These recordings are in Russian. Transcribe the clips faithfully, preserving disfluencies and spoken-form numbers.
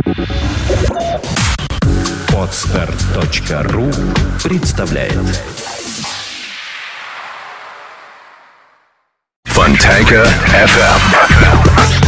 Подстер точка ру представляет Фонтанка эф эм.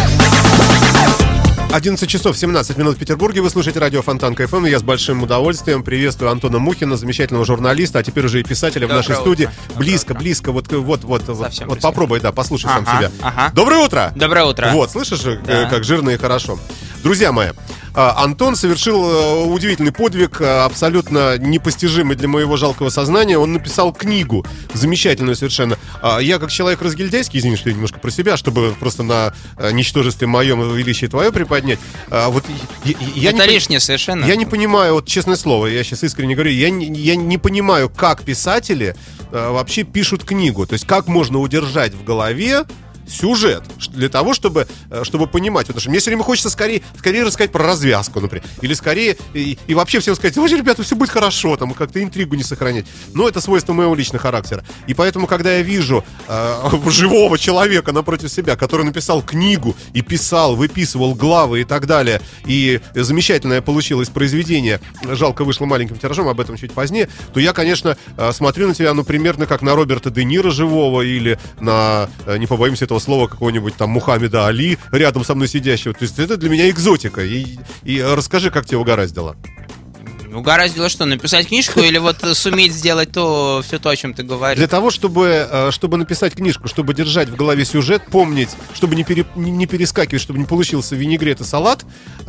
одиннадцать часов семнадцать минут в Петербурге. Вы слушаете радио Фонтанка эф эм. Я с большим удовольствием приветствую Антона Мухина, замечательного журналиста, а теперь уже и писателя. Доброе в нашей студии. Утро. Близко, близко. Вот, вот, вот, вот, вот попробуй, да, послушай ага, сам себя. Ага. Доброе утро. Доброе утро. Вот, слышишь, да. как жирно и хорошо. Друзья мои, Антон совершил удивительный подвиг, абсолютно непостижимый для моего жалкого сознания. Он написал книгу, замечательную совершенно. Я, как человек разгильдяйский, извини, что я немножко про себя, чтобы просто на ничтожестве моем величие твое приподнять. Вот я, я Это не лишнее совершенно. Я не понимаю, вот честное слово, я сейчас искренне говорю, я не, я не понимаю, как писатели вообще пишут книгу. То есть как можно удержать в голове сюжет для того, чтобы, чтобы понимать. Потому что мне все время хочется скорее, скорее рассказать про развязку, например. Или скорее, и, и вообще всем сказать: ой, ребята, все будет хорошо, там, как-то интригу не сохранять. Но это свойство моего личного характера. И поэтому, когда я вижу э, живого человека напротив себя, который написал книгу и писал, выписывал главы и так далее, и замечательное получилось произведение, жалко вышло маленьким тиражом, об этом чуть позднее, то я, конечно, смотрю на тебя, ну, примерно как на Роберта Де Ниро живого или на, не побоимся этого слова, какого-нибудь там Мухаммеда Али рядом со мной сидящего. То есть это для меня экзотика. И, и расскажи, как тебе угораздило. Угораздило что, написать книжку или вот суметь сделать то, все то, о чем ты говоришь? Для того, чтобы, чтобы написать книжку, чтобы держать в голове сюжет, помнить, чтобы не, пере, не перескакивать, чтобы не получился винегрет и салат,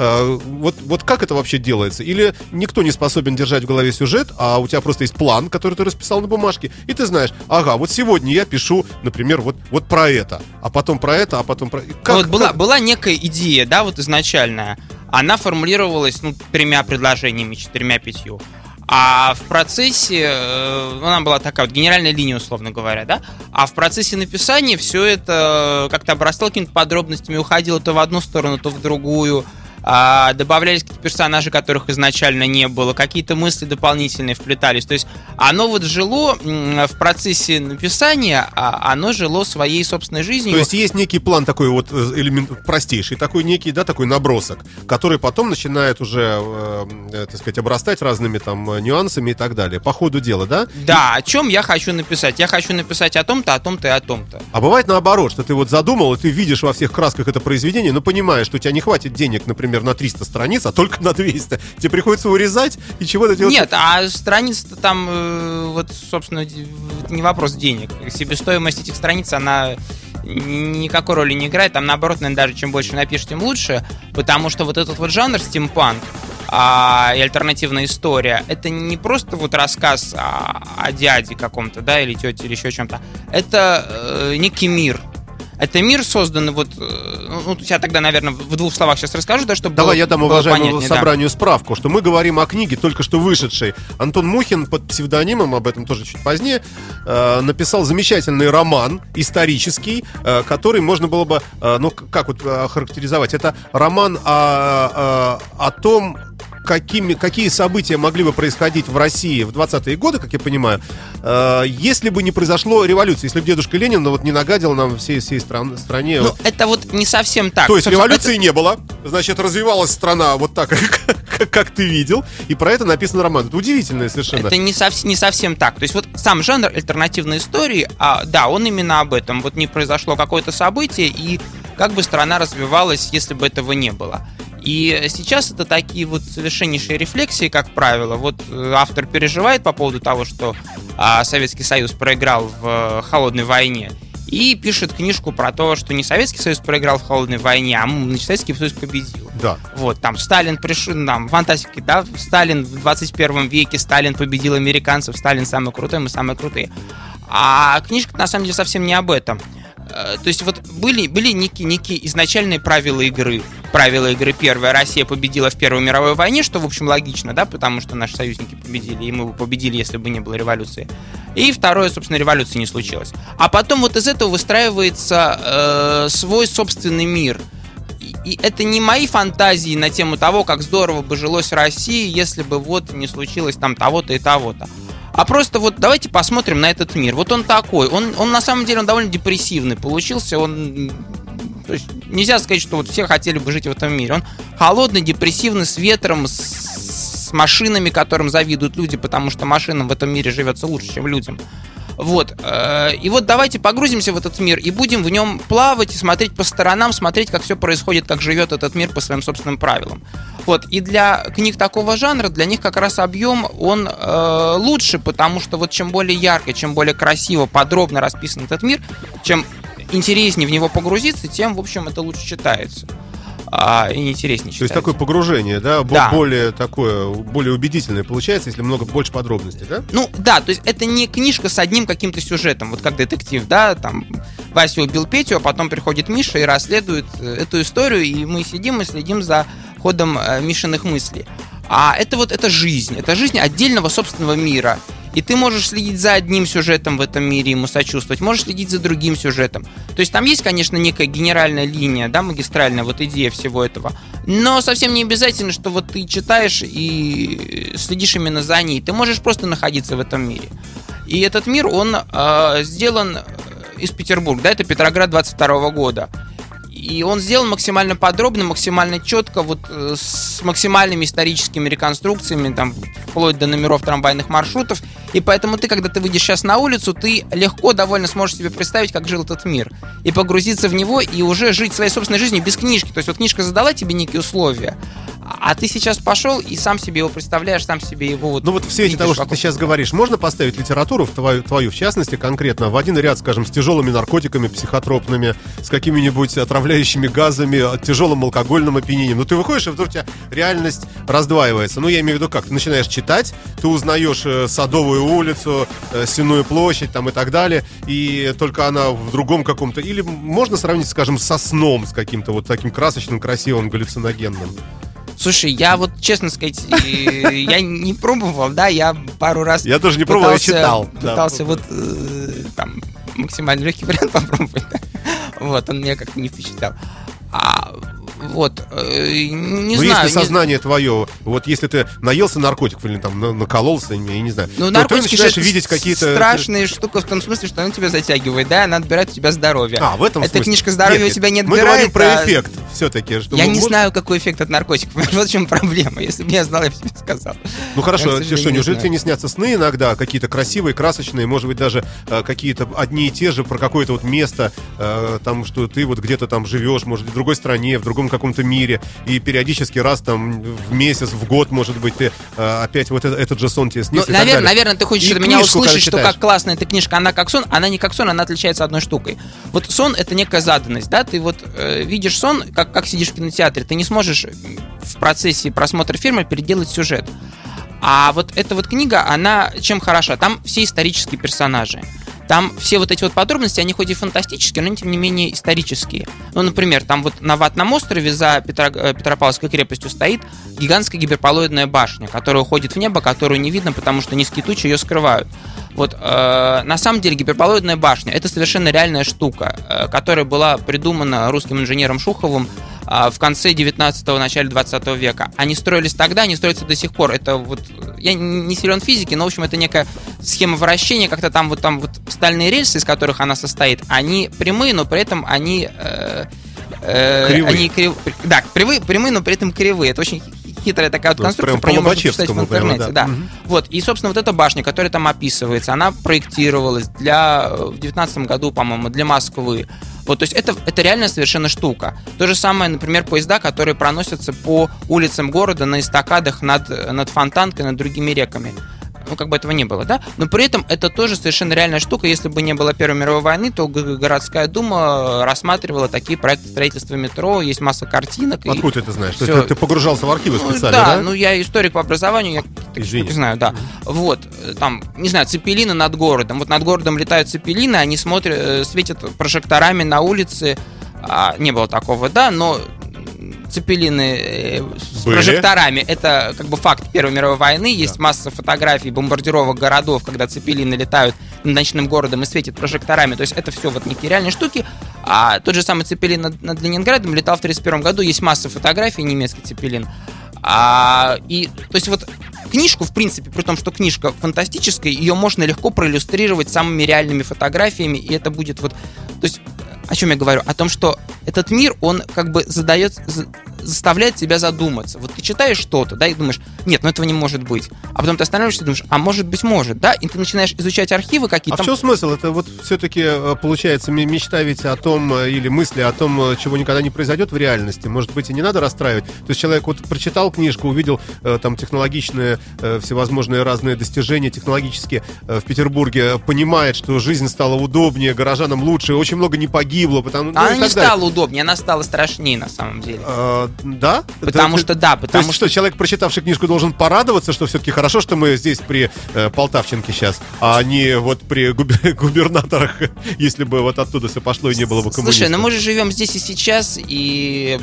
вот, вот как это вообще делается? Или никто не способен держать в голове сюжет, а у тебя просто есть план, который ты расписал на бумажке, и ты знаешь: ага, вот сегодня я пишу, например, вот, вот про это, а потом про это, а потом про... Как, вот была, как... была некая идея, да, вот изначальная. Она формулировалась, ну, тремя предложениями, четырьмя-пятью. А в процессе, э, она была такая вот генеральная линия, условно говоря, да? А в процессе написания все это как-то обрастало какими-то подробностями, уходило то в одну сторону, то в другую. А, добавлялись какие-то персонажи, которых изначально не было, какие-то мысли дополнительные вплетались. То есть оно вот жило в процессе написания, а оно жило своей собственной жизнью. То есть есть некий план такой вот элемент простейший, такой некий, да, такой набросок, который потом начинает уже, э, так сказать, обрастать разными там нюансами и так далее. По ходу дела, да? Да, о чем я хочу написать? Я хочу написать о том-то, о том-то и о том-то. А бывает наоборот, что ты вот задумал, и ты видишь во всех красках это произведение, но понимаешь, что у тебя не хватит денег, например, на триста страниц, а только на двести. Тебе приходится урезать и чего-то делать. Нет, а страниц-то там, э, вот, собственно, не вопрос денег. Себестоимость этих страниц, она никакой роли не играет. Там, наоборот, наверное, даже чем больше напишешь, тем лучше. Потому что вот этот вот жанр стимпанк а, и альтернативная история, это не просто вот рассказ о, о дяде каком-то, да, или тете, или еще о чем-то. Это э, некий мир. Это мир создан, вот, ну, я тогда, наверное, в двух словах сейчас расскажу, да, чтобы Давай было, я дам было уважаемому понятнее, собранию да. справку, что мы говорим о книге, только что вышедшей. Антон Мухин под псевдонимом, об этом тоже чуть позднее, э, написал замечательный роман исторический, э, который можно было бы, э, ну, как вот охарактеризовать? Это роман о, о, о том, Какими, какие события могли бы происходить в России в двадцатые годы, как я понимаю, э, если бы не произошло революции, если бы дедушка Ленин, ну, вот не нагадил нам всей, всей стран, стране. Ну, вот. это вот не совсем так. То есть Собственно, революции это... не было, значит, развивалась страна вот так, как, как ты видел, и про это написан роман. Это удивительно совершенно. Это не, сов... не совсем так. То есть вот сам жанр альтернативной истории, а, да, он именно об этом. Вот не произошло какое-то событие, и как бы страна развивалась, если бы этого не было. И сейчас это такие вот совершеннейшие рефлексии, как правило. Вот автор переживает по поводу того, что а, Советский Союз проиграл в а, холодной войне, и пишет книжку про то, что не Советский Союз проиграл в холодной войне, а значит, Советский Союз победил. Да. Вот, там Сталин пришел, там, фантастики, да, Сталин в двадцать первом веке, Сталин победил американцев, Сталин самый крутой, мы самые крутые. А книжка на самом деле совсем не об этом. То есть вот были, были некие, некие изначальные правила игры. Правила игры: первое, Россия победила в Первой мировой войне, что, в общем, логично, да, потому что наши союзники победили, и мы бы победили, если бы не было революции. И второе, собственно, революции не случилось. А потом вот из этого выстраивается э, свой собственный мир. И, и это не мои фантазии на тему того, как здорово бы жилось России, если бы вот не случилось там того-то и того-то. А просто вот давайте посмотрим на этот мир. Вот он такой. Он, он на самом деле он довольно депрессивный получился. Он То есть нельзя сказать, что вот все хотели бы жить в этом мире. Он холодный, депрессивный, с ветром, с, с машинами, которым завидуют люди, потому что машинам в этом мире живется лучше, чем людям. Вот. И вот давайте погрузимся в этот мир и будем в нем плавать и смотреть по сторонам, смотреть, как все происходит, как живет этот мир по своим собственным правилам. Вот. И для книг такого жанра, для них как раз объем, он э, лучше, потому что вот чем более ярко, чем более красиво, подробно расписан этот мир, чем интереснее в него погрузиться, тем, в общем, это лучше читается. А, и интереснее читается. То есть такое погружение, да, да, более такое, более убедительное получается, если много больше подробностей, да? Ну да, то есть это не книжка с одним каким-то сюжетом, вот как детектив, да, там Вася убил Петю, а потом приходит Миша и расследует эту историю, и мы сидим и следим за ходом э, Мишиных мыслей. А это вот это жизнь, это жизнь отдельного собственного мира. И ты можешь следить за одним сюжетом в этом мире, ему сочувствовать, можешь следить за другим сюжетом. То есть там есть, конечно, некая генеральная линия, да, магистральная вот идея всего этого. Но совсем не обязательно, что вот ты читаешь и следишь именно за ней. Ты можешь просто находиться в этом мире. И этот мир, он э, сделан из Петербурга, да, это Петроград двадцать второго года. И он сделан максимально подробно, максимально четко, вот с максимальными историческими реконструкциями, там, вплоть до номеров трамвайных маршрутов. И поэтому ты, когда ты выйдешь сейчас на улицу, ты легко довольно сможешь себе представить, как жил этот мир. И погрузиться в него, и уже жить своей собственной жизнью без книжки. То есть вот книжка задала тебе некие условия, а ты сейчас пошел и сам себе его представляешь, сам себе его вот... Ну вот в свете того, что ты сейчас говоришь, можно поставить литературу, в твою, твою в частности, конкретно, в один ряд, скажем, с тяжелыми наркотиками, психотропными, с какими-нибудь отравляющими газами, тяжелым алкогольным опьянением. Ну ты выходишь, и вдруг у тебя реальность раздваивается. Ну я имею в виду как? Ты начинаешь читать, ты узнаешь э, Садовую улицу, э, Сенную площадь там и так далее, и только она в другом каком-то... Или можно сравнить, скажем, со сном, с каким-то вот таким красочным, красивым, галлюциногенным? Слушай, я вот, честно сказать, я не пробовал, да, я пару раз... Я тоже не пробовал, я читал. Пытался вот там максимально легкий вариант попробовать. Вот, он меня как-то не впечатлял. А вот, не ну, знаю. если сознание не... твое, вот если ты наелся наркотиков или там накололся, я не знаю, ну, то ты начинаешь видеть какие-то... страшная штука в том смысле, что она тебя затягивает, да, она отбирает у тебя здоровье. А, в этом Эта смысле. книжка здоровья нет, у тебя не мы отбирает. Мы говорим про а... эффект все-таки. Что я не может... знаю, какой эффект от наркотиков. Вот в чем проблема. Если бы я знал, я бы тебе сказал. Ну хорошо, я, что, неужели тебе не снятся сны иногда, какие-то красивые, красочные, может быть, даже э, какие-то одни и те же, про какое-то вот место, э, там, что ты вот где-то там живешь, может, в другой стране, в другом каком-то мире, и периодически раз там в месяц, в год, может быть, ты э, опять вот этот, этот же сон тебе снится. Ну, наверное, наверное, ты хочешь и от меня книжку, услышать, что как классная эта книжка, она как сон, она не как сон, она отличается одной штукой. Вот сон — это некая заданность, да, ты вот э, видишь сон, как, как сидишь в кинотеатре, ты не сможешь в процессе просмотра фильма переделать сюжет. А вот эта вот книга, она чем хороша? Там все исторические персонажи. Там все вот эти вот подробности, они хоть и фантастические, но они, тем не менее, исторические. Ну, например, там вот на Ватном острове за Петро... Петропавловской крепостью стоит гигантская гиперполоидная башня, которая уходит в небо, которую не видно, потому что низкие тучи ее скрывают. Вот, э, на самом деле гиперполоидная башня — это совершенно реальная штука, э, которая была придумана русским инженером Шуховым э, в конце девятнадцатого, начале двадцатого века. Они строились тогда, они строятся до сих пор. Это вот, я не силен в физике, но, в общем, это некая схема вращения, как-то там вот, там вот стальные рельсы, из которых она состоит, они прямые, но при этом они... Э, э, кривые. Они крив... Да, прямые, прямые, но при этом кривые. Это очень хитрая такая вот ну, конструкция, про нее можно почитать в интернете. Прямо, да. Да. Угу. Вот, и, собственно, вот эта башня, которая там описывается, она проектировалась для, в девятнадцатом году, по-моему, для Москвы. Вот, то есть это, это реально совершенно штука. То же самое, например, поезда, которые проносятся по улицам города на эстакадах над, над Фонтанкой, над другими реками. Ну, как бы этого не было, да? Но при этом это тоже совершенно реальная штука. Если бы не было Первой мировой войны, то городская дума рассматривала такие проекты строительства метро, есть масса картинок. Откуда ты это знаешь? Ты, ты погружался в архивы ну, специально, да? Да, ну я историк по образованию, я такие знаю, да. Mm-hmm. Вот, там, не знаю, цепелины над городом. Вот над городом летают цепелины, они смотрят, светят прожекторами на улице. А, не было такого, да, но... цепелины с Были? прожекторами. Это как бы факт Первой мировой войны. Есть да. масса фотографий бомбардировок городов, когда цепелины летают над ночным городом и светят прожекторами. То есть это все вот некие реальные штуки. А тот же самый цепелин над, над Ленинградом летал в тридцать первом году. Есть масса фотографий, немецкий цепелин. А, и, то есть вот книжку, в принципе, при том, что книжка фантастическая, ее можно легко проиллюстрировать самыми реальными фотографиями, и это будет вот... То есть о чем я говорю? О том, что этот мир, он как бы задает, заставляет тебя задуматься. Вот ты читаешь что-то, да, и думаешь, нет, ну этого не может быть. А потом ты останавливаешься и думаешь, а может быть может, да? И ты начинаешь изучать архивы какие-то. А там... в чем смысл? Это вот все-таки получается мечта ведь о том, или мысли о том, чего никогда не произойдет в реальности. Может быть, и не надо расстраивать. То есть человек вот прочитал книжку, увидел там технологичные, всевозможные разные достижения технологические в Петербурге, понимает, что жизнь стала удобнее, горожанам лучше, очень много не погибло. Потому, она ну, не далее. стала удобнее, она стала страшнее на самом деле. А, да? Потому это, что да, потому то есть, что... что человек, прочитавший книжку, должен порадоваться, что все-таки хорошо, что мы здесь при э, Полтавченке сейчас, а не вот при губер- губернаторах, если бы вот оттуда все пошло и не было бы коммунистов. Слушай, ну мы же живем здесь и сейчас, и...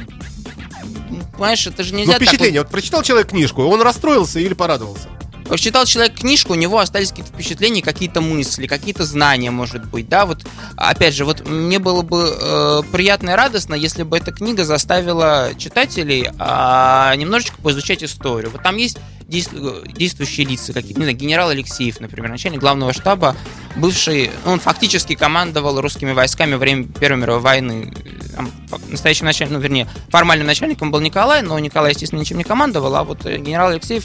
Понимаешь, это же нельзя... Ну, впечатление. Так вот... вот прочитал человек книжку, он расстроился или порадовался? Прочитал человек книжку, у него остались какие-то впечатления, какие-то мысли, какие-то знания, может быть, да, вот, опять же, вот мне было бы э, приятно и радостно, если бы эта книга заставила читателей э, немножечко поизучать историю. Вот там есть действ- действующие лица какие-то, не знаю, генерал Алексеев, например, начальник главного штаба, бывший, он фактически командовал русскими войсками во время Первой мировой войны. Там, настоящим начальником, ну, вернее, формальным начальником был Николай, но Николай, естественно, ничем не командовал, а вот генерал Алексеев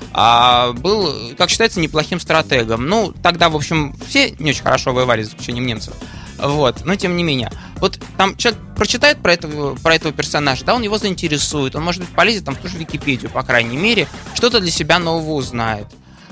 а, был, как считается, неплохим стратегом. Ну, тогда, в общем, все не очень хорошо воевали, за исключением немцев. Вот, но тем не менее. Вот там человек прочитает про этого, про этого персонажа, да, он его заинтересует, он, может быть, полезет там в ту же Википедию, по крайней мере, что-то для себя нового узнает.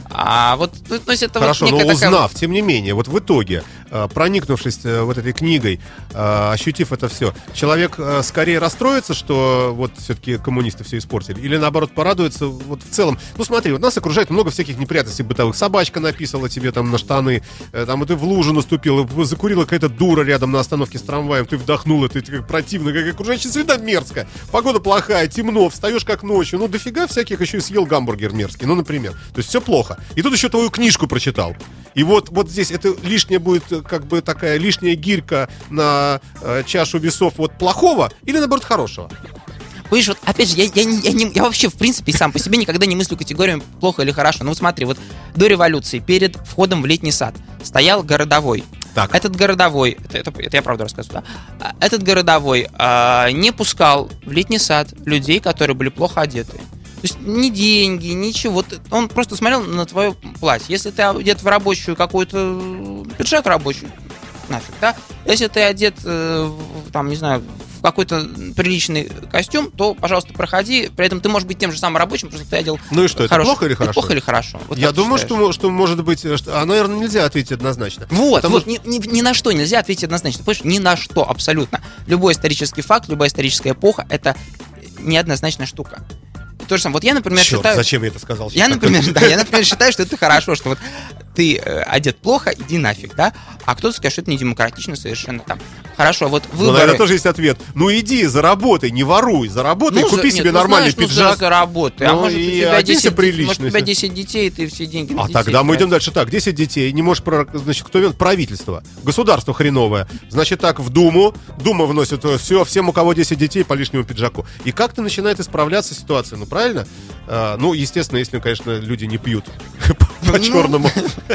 А вот, то есть это Хорошо, вот но такая... узнав, тем не менее, вот в итоге, проникнувшись вот этой книгой, ощутив это все, человек скорее расстроится, что вот все-таки коммунисты все испортили, или наоборот порадуется вот в целом. Ну смотри, вот нас окружает много всяких неприятностей бытовых. Собачка написала тебе там на штаны, там и ты в лужу наступила, закурила какая-то дура рядом на остановке с трамваем, ты вдохнула, ты как противно, как окружающая среда мерзкая, погода плохая, темно, встаешь как ночью, ну дофига всяких, еще и съел гамбургер мерзкий, ну например. То есть все плохо. И тут еще твою книжку прочитал. И вот, вот здесь это лишняя будет, как бы такая лишняя гирька на э, чашу весов вот плохого или, наоборот, хорошего. Понимаешь, вот опять же, я, я, не, я, не, я вообще, в принципе, сам по себе никогда не мыслю категориями плохо или хорошо. Ну вот смотри, вот до революции, перед входом в летний сад, стоял городовой. Так. Этот городовой, это, это, это я правда рассказываю, да? Этот городовой а, не пускал в летний сад людей, которые были плохо одеты. То есть ни деньги, ничего. Он просто смотрел на твое платье. Если ты одет в рабочую какой-то пиджак рабочий, нафиг, да? Если ты одет, там, не знаю, в какой-то приличный костюм, то, пожалуйста, проходи. При этом ты можешь быть тем же самым рабочим, просто ты одел. Ну и что, хороший. это плохо или хорошо? Это плохо или хорошо? Вот я думаю, что, что может быть, что, а, наверное, нельзя ответить однозначно. Вот, Потому... вот ни, ни, ни на что нельзя ответить однозначно. Понимаешь, ни на что абсолютно. Любой исторический факт, любая историческая эпоха — это неоднозначная штука. То же самое. Вот я, например, Черт, считаю... зачем я это сказал? Я, например, да, я, например, считаю, что это хорошо, что вот ты э, одет плохо, иди нафиг, да? А кто-то скажет, что это недемократично совершенно там. Хорошо, вот выборы... Ну, наверное, тоже есть ответ. Ну, иди, заработай, не воруй, заработай, ну, купи за... себе нет, нормальный ну, знаешь, пиджак. Ну, заработай. Ну, а может, у тебя десять, прилично, может, у тебя десять детей, и ты все деньги на А детей тогда мы тратишь. идем дальше. Так, десять детей, не можешь... Про... Значит, кто виноват? Правительство. Государство хреновое. Значит, так, в Думу. Дума вносит все, всем, у кого десять детей, по лишнему пиджаку. И как-то начинает исправляться ситуация, ну, правильно? А, ну, естественно, если, конечно, люди не пьют по-черному.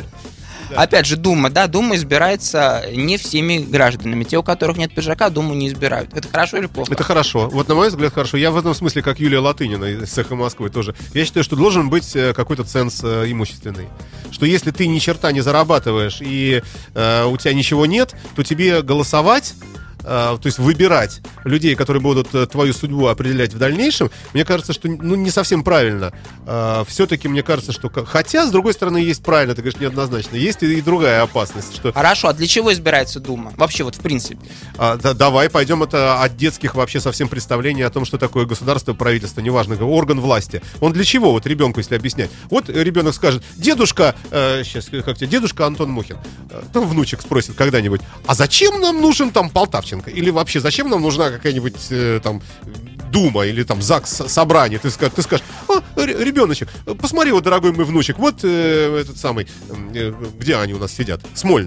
Опять же, Дума, да, Дума избирается не всеми гражданами. Те, у которых нет пиджака, Думу не избирают. Это хорошо или плохо? Это хорошо. Вот, на мой взгляд, хорошо. Я в этом смысле, как Юлия Латынина из «Эхо Москвы» тоже. Я считаю, что должен быть какой-то ценз э, имущественный. Что если ты ни черта не зарабатываешь и э, у тебя ничего нет, то тебе голосовать, то есть выбирать людей, которые будут твою судьбу определять в дальнейшем, мне кажется, что ну, не совсем правильно. Все-таки мне кажется, что... Хотя, с другой стороны, есть правильно, ты говоришь, неоднозначно. Есть и другая опасность. Что... Хорошо, а для чего избирается Дума? Вообще, вот в принципе. А, да, давай пойдем это от детских вообще совсем представлений о том, что такое государство, правительство, неважно, орган власти. Он для чего, вот ребенку, если объяснять? Вот ребенок скажет, дедушка, э, сейчас, как тебе, дедушка Антон Мухин, э, ну, внучек спросит когда-нибудь, а зачем нам нужен там Полтавченко? Или вообще, зачем нам нужна какая-нибудь э, там Дума или там ЗАГС собрание? Ты, ты скажешь, а, ребеночек, посмотри, вот, дорогой мой внучек, вот э, этот самый, э, где они у нас сидят, Смольный.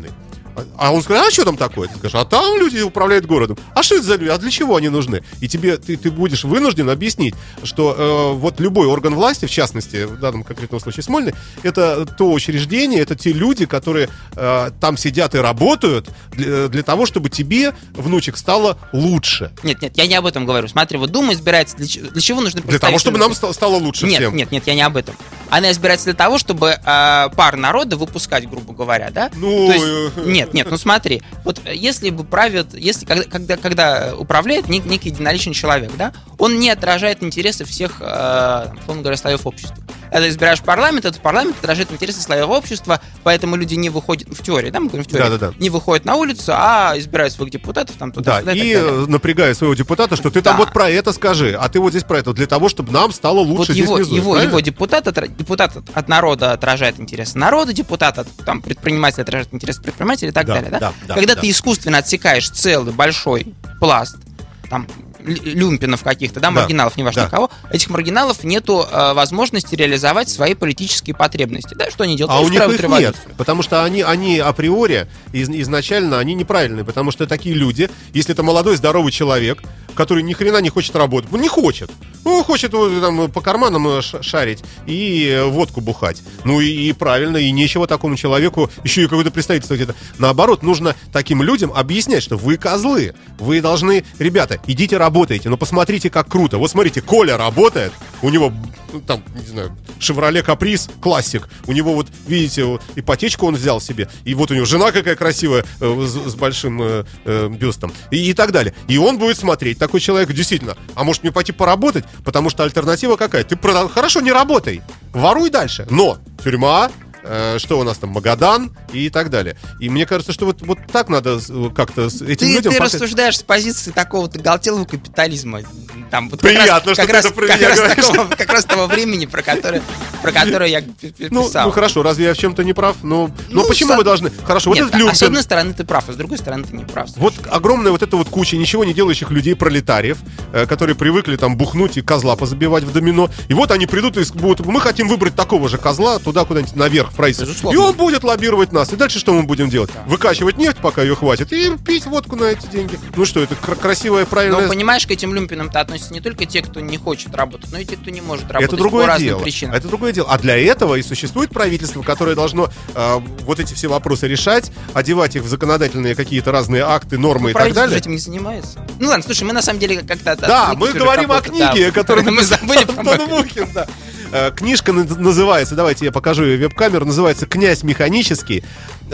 А он скажет, а что там такое? Ты скажешь, а там люди управляют городом. А что это за люди? А для чего они нужны? И тебе ты, ты будешь вынужден объяснить, что э, вот любой орган власти, в частности, в данном конкретном случае Смольный, это то учреждение, это те люди, которые э, там сидят и работают для, для того, чтобы тебе, внучек, стало лучше. Нет, нет, я не об этом говорю. Смотри, вот Дума избирается для, для чего нужны Для того, чтобы нам стало лучше нет, всем. Нет, нет, я не об этом. Она избирается для того, чтобы э, пар народа выпускать, грубо говоря, да? Ну... То есть, нет, нет, ну смотри, вот если бы правит, если, когда, когда, когда управляет нек, некий единоличный человек, да, он не отражает интересы всех, э, условно говоря, слоев общества. Когда избираешь парламент, этот парламент отражает интересы слоев общества, поэтому люди не выходят, в теории, да, мы говорим в теории, да, да, да. не выходят на улицу, а избирают своих депутатов там туда, да, сюда, и, и напрягая своего депутата, что ты да. там вот про это скажи, а ты вот здесь про это, для того, чтобы нам стало лучше вот здесь его, внизу. Его, его депутат, от, депутат от народа отражает интересы народа, депутат от там, предпринимателя отражает интересы предпринимателя и так да, далее. Да? Да, да, Когда да. ты искусственно отсекаешь целый большой пласт там, люмпинов каких-то, да, маргиналов, да, неважно да. кого, этих маргиналов нету э, возможности реализовать свои политические потребности. Да, что они делают? А Они у них их революцию. нет, потому что они, они априори, из, изначально, они неправильные, потому что такие люди, если это молодой, здоровый человек, который ни хрена не хочет работать, он не хочет, ну, хочет вот, там, по карманам шарить и водку бухать, ну и, и правильно, и нечего такому человеку еще и какое-то представительство где-то. Наоборот, нужно таким людям объяснять, что вы козлы, вы должны, ребята, идите работайте, но посмотрите, как круто. Вот смотрите, Коля работает, у него, ну, там, не знаю, Шевроле Каприз, классик. У него вот, видите, вот, ипотечку он взял себе, и вот у него жена какая красивая, э, с, с большим э, э, бюстом, и, и так далее. И он будет смотреть, такой человек, действительно, а может мне пойти поработать, потому что альтернатива какая? Ты прода- хорошо, не работай, воруй дальше, но тюрьма, э, что у нас там, Магадан и так далее. И мне кажется, что вот, вот так надо как-то с этим ты, людям... Ты пока... рассуждаешь с позиции такого-то галтелого капитализма. Там, вот Приятно, как что раз, ты как это про раз, меня как раз говоришь. такого, как раз того времени, про которое, про которое я писал. Ну, ну хорошо, разве я в чем-то не прав? Ну, ну, ну почему со... мы должны... Хорошо, Нет, вот этот люмпин... а с одной стороны ты прав, а с другой стороны ты не прав. Вот огромная вот эта вот куча ничего не делающих людей, пролетариев, э, которые привыкли там бухнуть и козла позабивать в домино. И вот они придут и будут... Мы хотим выбрать такого же козла туда куда-нибудь наверх в правительство. Безусловно. И он будет лоббировать нас. И дальше что мы будем делать? Да. Выкачивать нефть, пока ее хватит, и пить водку на эти деньги. Ну что, это кр- красивая, правильная... Но понимаешь, к этим люмпинам-то относятся не только те, кто не хочет работать, но и те, кто не может работать. Это другое по разным дело. причинам. Это другое дело. А для этого и существует правительство, которое должно э, вот эти все вопросы решать, одевать их в законодательные какие-то разные акты, нормы, ну, и так далее. этим не занимается. Ну ладно, слушай, мы на самом деле как-то... Да, мы говорим о книге, да, которую мы забыли про Антон Мухин, да. Книжка называется, давайте я покажу ее веб-камеру, называется «Князь механический».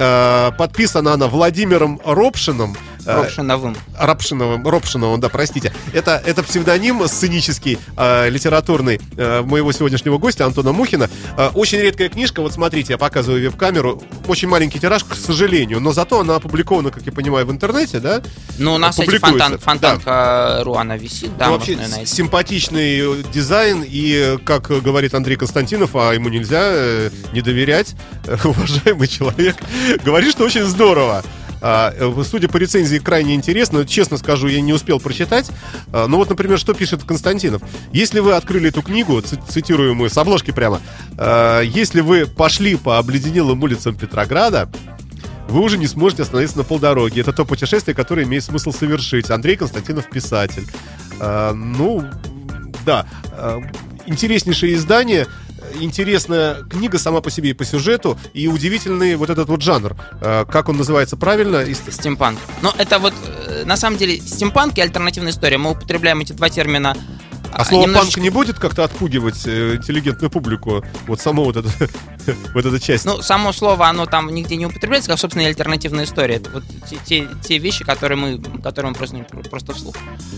Подписана она Владимиром Робшиным. Робшиновым. Робшиновым, Робшиновым, да, простите. Это, это псевдоним сценический, э, литературный э, моего сегодняшнего гостя Антона Мухина. Э, очень редкая книжка, вот смотрите, я показываю веб-камеру. Очень маленький тираж, к сожалению, но зато она опубликована, как я понимаю, в интернете, да? Ну, на сайте Фонтан, Фонтанка.ру да. она висит, да, ну, вообще симпатичный дизайн, и, как говорит Андрей Константинов, а ему нельзя э, не доверять, э, уважаемый человек, говорит, что очень здорово. Uh, судя по рецензии, крайне интересно. Честно скажу, я не успел прочитать. uh, Ну вот, например, что пишет Константинов. Если вы открыли эту книгу, ц- цитируемую с обложки прямо, uh, если вы пошли по обледенелым улицам Петрограда, вы уже не сможете остановиться на полдороги. Это то путешествие, которое имеет смысл совершить. Андрей Константинов, писатель. uh, Ну, да, uh, интереснейшее издание. Интересная книга сама по себе и по сюжету, и удивительный вот этот вот жанр. Э, как он называется правильно? Стимпанк. Но это вот, на самом деле, стимпанк и альтернативная история. Мы употребляем эти два термина. А слово немножечко... панк не будет как-то отпугивать э, интеллигентную публику? Вот само вот это, вот эта часть. Ну, само слово, оно там нигде не употребляется, как, собственно, и альтернативная история. Это вот те, те, те вещи, которые мы, которые мы просто, просто вслух.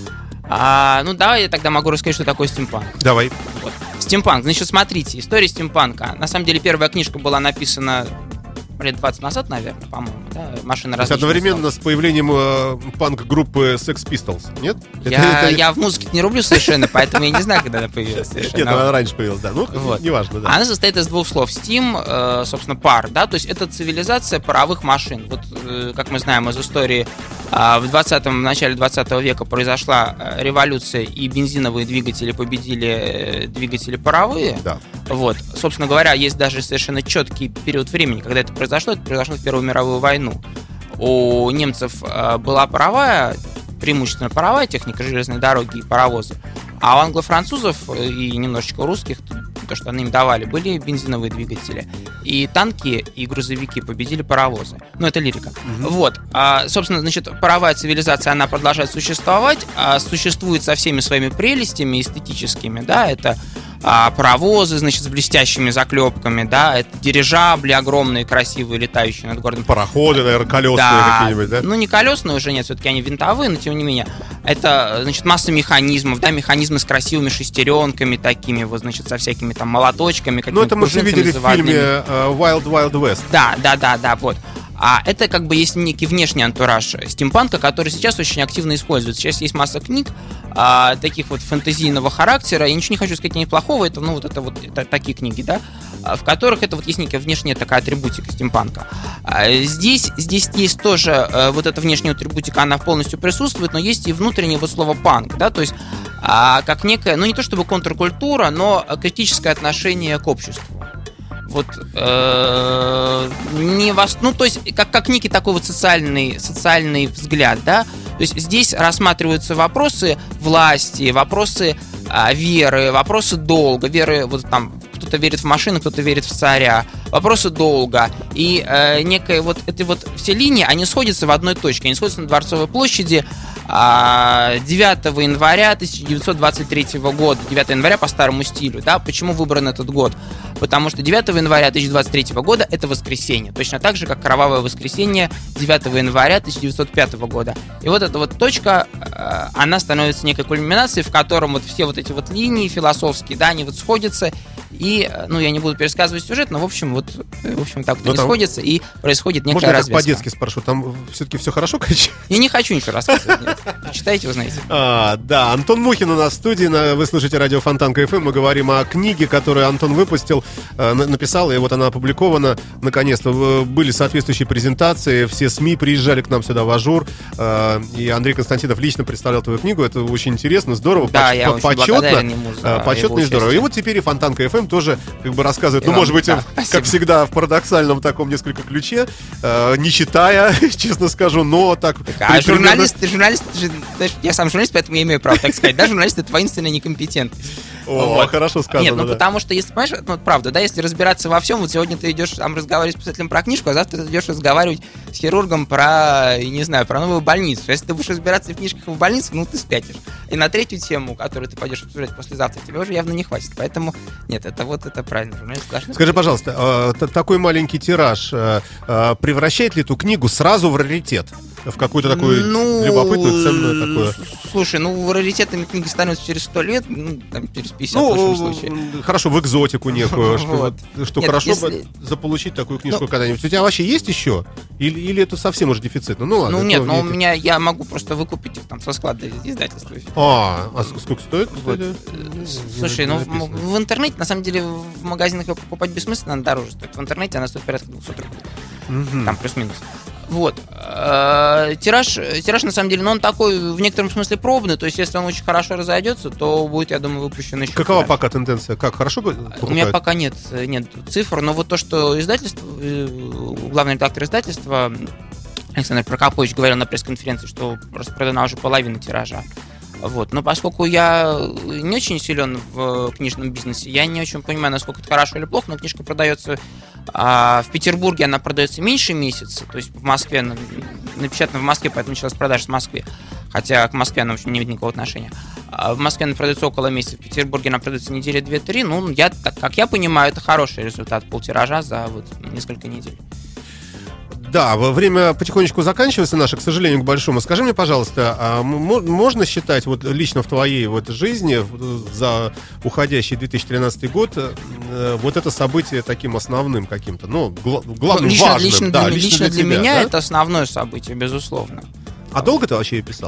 А, ну, давай я тогда могу рассказать, что такое стимпанк. Давай. Вот. Стимпанк. Значит, смотрите, история стимпанка. На самом деле, первая книжка была написана лет двадцать назад, наверное, по-моему, да? Машина различных. Одновременно стал. С появлением э, панк-группы Sex Pistols, нет? Я, это... я в музыке не рублю совершенно, поэтому я не знаю, когда она появилась совершенно. Нет, она раньше появилась, да. Ну, вот. Неважно, да. Она состоит из двух слов. Steam, э, собственно, пар, да, то есть это цивилизация паровых машин. Вот, э, как мы знаем из истории, э, в двадцатом, в начале двадцатого века произошла революция, и бензиновые двигатели победили э, двигатели паровые. Да. Вот, собственно говоря, есть даже совершенно четкий период времени, когда это произошло. Это произошло в Первую мировую войну. у немцев была паровая, преимущественно паровая техника, железной дороги и паровозы, а у англо-французов и немножечко у русских, то, что они им давали, были бензиновые двигатели. И танки, и грузовики победили паровозы. Ну, это лирика. Угу. Вот. А, собственно, значит, паровая цивилизация, она продолжает существовать, а существует со всеми своими прелестями эстетическими, да, это а, паровозы, значит, с блестящими заклепками, да, это дирижабли огромные, красивые, летающие над городом. Пароходы, наверное, колесные да, какие-нибудь, да? Ну, не колесные уже нет, все-таки они винтовые, но тем не менее. Это, значит, масса механизмов, да, механизмы с красивыми шестеренками такими, вот, значит, со всякими там молоточками. Ну, это мы все видели в фильме uh, Wild Wild West. Да, да, да, да, вот. А это как бы есть некий внешний антураж стимпанка, который сейчас очень активно используется. Сейчас есть масса книг а, таких вот фэнтезийного характера. Я ничего не хочу сказать неплохого, это, ну, вот это вот это, такие книги, да, в которых это вот есть некая внешняя такая атрибутика стимпанка. А, здесь, здесь есть тоже а, вот эта внешняя атрибутика, она полностью присутствует, но есть и внутреннее вот слово панк, да, то есть а, как некая, ну не то чтобы контркультура, но критическое отношение к обществу. Вот э, не вас, ну то есть как как некий такой вот социальный социальный взгляд, да. То есть здесь рассматриваются вопросы власти, вопросы э, веры, вопросы долга, веры вот там кто-то верит в машину, кто-то верит в царя, вопросы долга и э, некая вот эти вот все линии, они сходятся в одной точке, они сходятся на Дворцовой площади девятого января тысяча девятьсот двадцать третьего года, девятого января по старому стилю, да, почему выбран этот год? Потому что девятого января тысяча девятьсот двадцать третьего года это воскресенье, точно так же, как кровавое воскресенье девятого января тысяча девятьсот пятого года. И вот эта вот точка, она становится некой кульминацией, в котором вот все вот эти вот линии философские, да, они вот сходятся, и, ну, я не буду пересказывать сюжет, но, в общем, вот, в общем, так вот они там сходятся, и происходит некая можно развязка. Можно я так по-детски спрошу, там все-таки все хорошо, конечно? Я не хочу ничего рассказывать, нет. Читайте, узнаете. А, да, Антон Мухин у нас в студии, вы слушаете радио Фонтан ка эф эм, мы говорим о книге, которую Антон выпустил, написал, и вот она опубликована, наконец-то. Были соответствующие презентации, все СМИ приезжали к нам сюда в Ажур, и Андрей Константинов лично представлял твою книгу, это очень интересно, здорово, да, поч- я почетно, ему за почетно и здорово. И вот теперь и Фонтан ка эф эм тоже как бы рассказывает, и ну, вам, может быть, да, как всегда, в парадоксальном таком несколько ключе, не читая, честно скажу, но так... А журналист, ты журналист, я сам журналист, поэтому я имею право так сказать, да, журналист — это воинственная некомпетентность. О, вот. Хорошо сказано. Нет, ну да. потому что, если, понимаешь, ну правда, да, если разбираться во всем, вот сегодня ты идешь там разговаривать с писателем про книжку, а завтра ты идешь разговаривать с хирургом про, не знаю, про новую больницу. Если ты будешь разбираться в книжках в больнице, ну ты спятишь. И на третью тему, которую ты пойдешь обсуждать послезавтра, тебе уже явно не хватит. Поэтому, нет, это вот это правильно. Скажи, пожалуйста, такой маленький тираж превращает ли эту книгу сразу в раритет? В какую-то такую ну, любопытную, ценную такую. Слушай, ну раритетами книги становятся через сто лет, ну, там, через пятьдесят ну, в лучшем случае. Хорошо, в экзотику некую, что, вот. что Нет, хорошо если... бы заполучить такую книжку ну, когда-нибудь. У тебя вообще есть еще? Или, или это совсем уже дефицитно? Ну ладно. Ну нет, но у меня я могу просто выкупить их там со склада издательства. А, а сколько стоит, вот. Слушай, ну в, в интернете, на самом деле, в магазинах ее покупать бессмысленно, она дороже стоит. В интернете она стоит порядка двести рублей. Угу. Там плюс-минус. Вот. Тираж, тираж, на самом деле, ну, он такой в некотором смысле пробный, то есть если он очень хорошо разойдется, то будет, я думаю, выпущен еще. Какова тираж. Пока тенденция? Как, хорошо покупают? У меня пока нет, нет цифр, но вот то, что издательство, главный редактор издательства Александр Прокопович говорил на пресс-конференции, что распродана уже половина тиража. Вот. Но поскольку я не очень силен в книжном бизнесе, я не очень понимаю, насколько это хорошо или плохо, но книжка продается а, в Петербурге, она продается меньше месяца, то есть в Москве, напечатана в Москве, поэтому началась продажа в Москве, хотя к Москве она, в общем, не имеет никакого отношения. А в Москве она продается около месяца, в Петербурге она продается недели две-три, ну, я, так, как я понимаю, это хороший результат, полтиража за вот несколько недель. Да, время потихонечку заканчивается наше, к сожалению, к большому. Скажи мне, пожалуйста, а можно считать вот лично в твоей вот жизни за уходящий две тысячи тринадцатый год вот это событие таким основным каким-то, ну, главным, лично, важным? Лично, да, для, лично для, для, для тебя, меня да? это основное событие, безусловно. А долго ты вообще ее писал?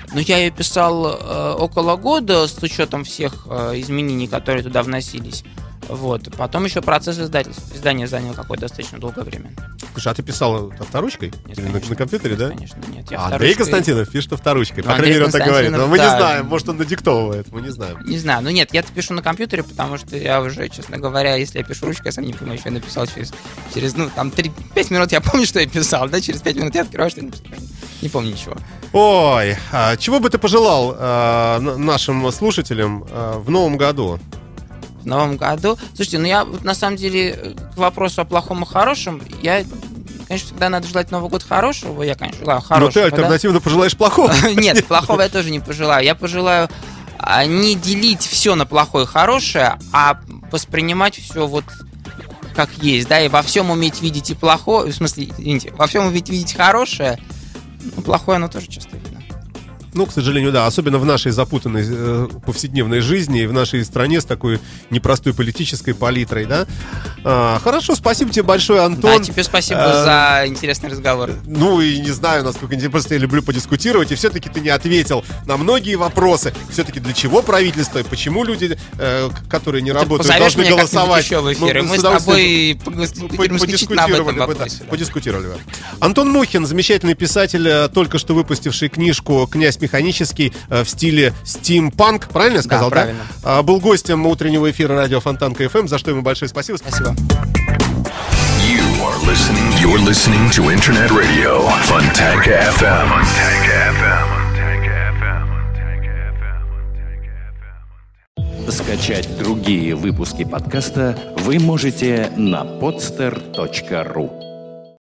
Но я ее писал э, около года с учетом всех э, изменений, которые туда вносились. Вот. Потом еще процесс издательства. Издание заняло какое-то достаточно долгое время. Слушай, а ты писал авторучкой? Нет, на, конечно, на компьютере, да? Конечно, нет. Я А авторучкой... Андрей Константинов пишет авторучкой. По Ну, крайней мере, он так говорит. Но мы да. не знаем, может, он надиктовывает, мы не знаем. Не знаю, ну нет, я пишу на компьютере, потому что я уже, честно говоря, если я пишу ручкой, я сам не понимаю, что я написал через, через ну, там, три-пять минут я помню, что я писал, да, через пять минут я открываю, что я написал. Не помню ничего. Ой, а чего бы ты пожелал а, нашим слушателям а, в новом году? В новом году. Слушайте, ну я на самом деле к вопросу о плохом и хорошем, я, конечно, всегда надо желать Новый год хорошего. Я, конечно, желаю хорошего. Но ты альтернативно да? пожелаешь плохого? Нет, плохого я тоже не пожелаю. Я пожелаю не делить все на плохое и хорошее, а воспринимать все вот как есть, да, и во всем уметь видеть и плохое, в смысле, извините, во всем уметь видеть хорошее, ну, плохое оно тоже часто видно. Ну, к сожалению, да, особенно в нашей запутанной э, повседневной жизни и в нашей стране с такой непростой политической палитрой, да. А, хорошо, спасибо тебе большое, Антон. Да, тебе спасибо а, за интересный разговор. Ну, и не знаю, насколько интересно, просто я люблю подискутировать, и все-таки ты не ответил на многие вопросы. Все-таки для чего правительство, и почему люди, э, которые не ты работают, должны меня голосовать. Еще в эфире. Мы, Мы с тобой будем подискутировали бы, да. Да. Подискутировали бы. Антон Мухин, замечательный писатель, только что выпустивший книжку «Князь Механический» в стиле стимпанк, правильно я сказал, да? Правильно. Да? Был гостем утреннего эфира радио Фонтанка эф эм, за что ему большое спасибо. Спасибо. You are listening, you're listening to Internet Radio Фонтанка эф эм. Скачать другие выпуски подкаста вы можете на podster точка ру.